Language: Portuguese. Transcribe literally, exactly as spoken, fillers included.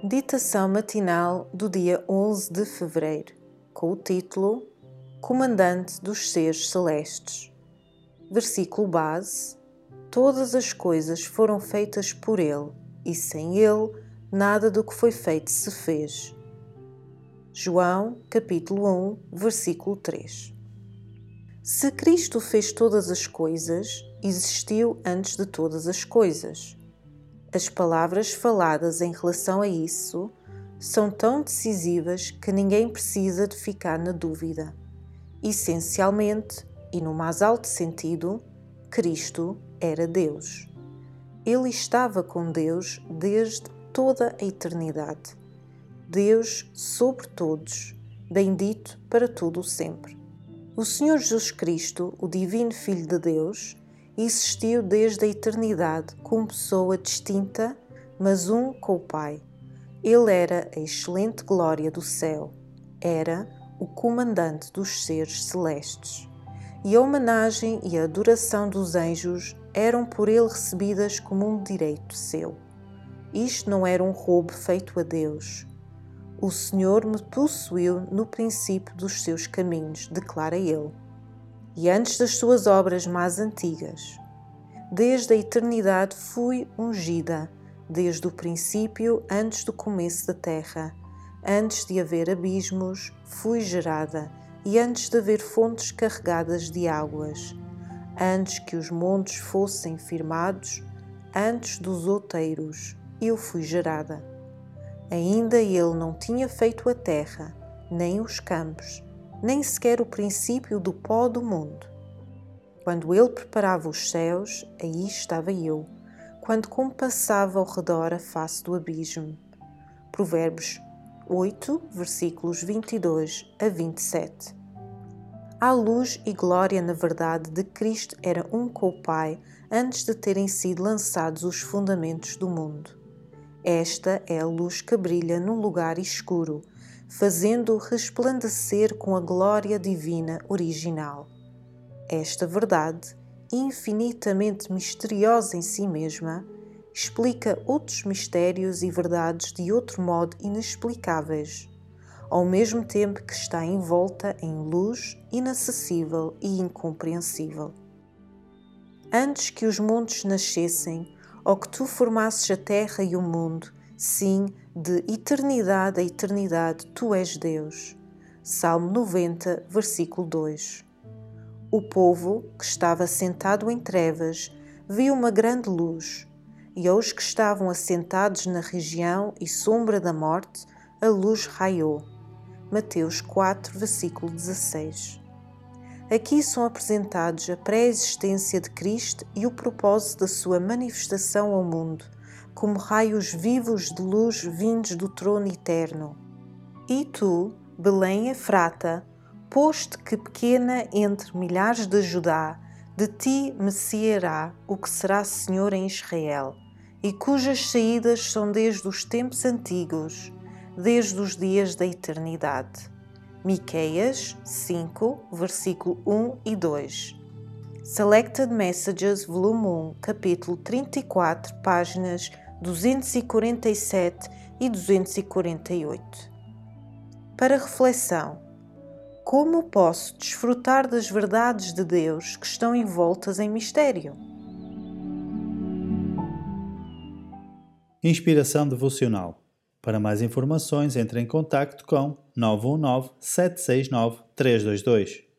Meditação matinal do dia onze de fevereiro, com o título Comandante dos Seres Celestes. Versículo base: Todas as coisas foram feitas por Ele, e sem Ele nada do que foi feito se fez. João, capítulo um, versículo três. Se Cristo fez todas as coisas, existiu antes de todas as coisas. As palavras faladas em relação a isso são tão decisivas que ninguém precisa de ficar na dúvida. Essencialmente, e no mais alto sentido, Cristo era Deus. Ele estava com Deus desde toda a eternidade. Deus sobre todos, bendito para todo o sempre. O Senhor Jesus Cristo, o Divino Filho de Deus, existiu desde a eternidade como pessoa distinta, mas um com o Pai. Ele era a excelente glória do céu, era o comandante dos seres celestes. E a homenagem e a adoração dos anjos eram por ele recebidas como um direito seu. Isto não era um roubo feito a Deus. O Senhor me possuiu no princípio dos seus caminhos, declara ele, e antes das suas obras mais antigas. Desde a eternidade fui ungida, desde o princípio, antes do começo da terra. Antes de haver abismos, fui gerada, e antes de haver fontes carregadas de águas. Antes que os montes fossem firmados, antes dos outeiros, eu fui gerada. Ainda ele não tinha feito a terra, nem os campos, nem sequer o princípio do pó do mundo. Quando ele preparava os céus, aí estava eu, quando compassava ao redor a face do abismo. Provérbios oito, versículos vinte e dois a vinte e sete. A luz e glória na verdade de Cristo era um com o Pai antes de terem sido lançados os fundamentos do mundo. Esta é a luz que brilha num lugar escuro, fazendo-o resplandecer com a glória divina original. Esta verdade, infinitamente misteriosa em si mesma, explica outros mistérios e verdades de outro modo inexplicáveis, ao mesmo tempo que está envolta em luz inacessível e incompreensível. Antes que os montes nascessem, ou que tu formasses a terra e o mundo, sim, de eternidade a eternidade, tu és Deus. Salmo noventa, versículo dois. O povo, que estava sentado em trevas, viu uma grande luz, e aos que estavam assentados na região e sombra da morte, a luz raiou. Mateus quatro, versículo dezasseis. Aqui são apresentados a pré-existência de Cristo e o propósito da sua manifestação ao mundo, como raios vivos de luz vindos do trono eterno. E tu, Belém Efrata, posto que pequena entre milhares de Judá, de ti me sairá o que será Senhor em Israel, e cujas saídas são desde os tempos antigos, desde os dias da eternidade. Miqueias cinco, versículo um e dois. Selected Messages, volume um, capítulo trinta e quatro, páginas duzentos e quarenta e sete e duzentos e quarenta e oito. Para reflexão: como posso desfrutar das verdades de Deus que estão envoltas em mistério? Inspiração devocional. Para mais informações, entre em contacto com nove um nove, sete seis nove, três dois dois.